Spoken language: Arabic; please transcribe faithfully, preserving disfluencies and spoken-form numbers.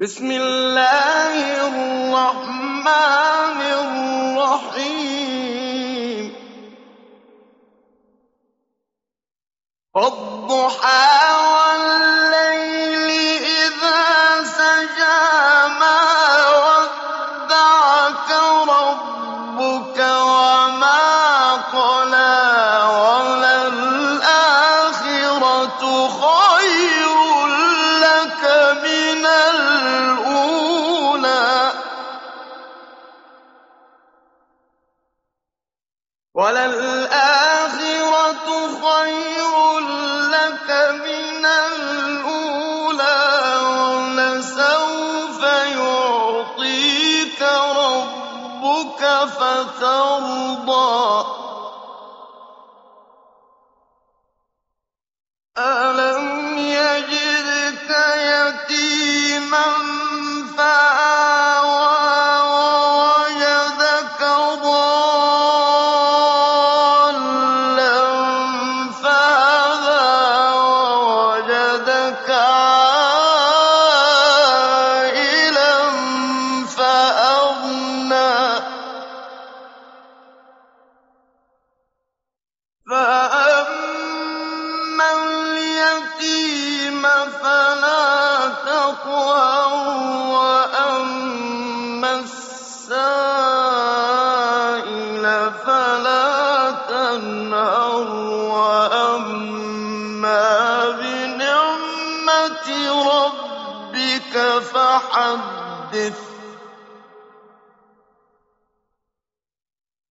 بسم الله الرحمن الرحيم والضحى والليل إذا سجى ما ودعك ربك وما قلى وللآخرة خير لك من الأولى وللآخرة خير لك من الأولى ولسوف يعطيك ربك فترضى ألم يجدك يتيما فآوى ووجدك ضالا فهدى ووجدك عائلا فأغنى فأما اليتيم فلا تقهر وأما السائل فلا تنهر وأما بنعمة ربك فحدث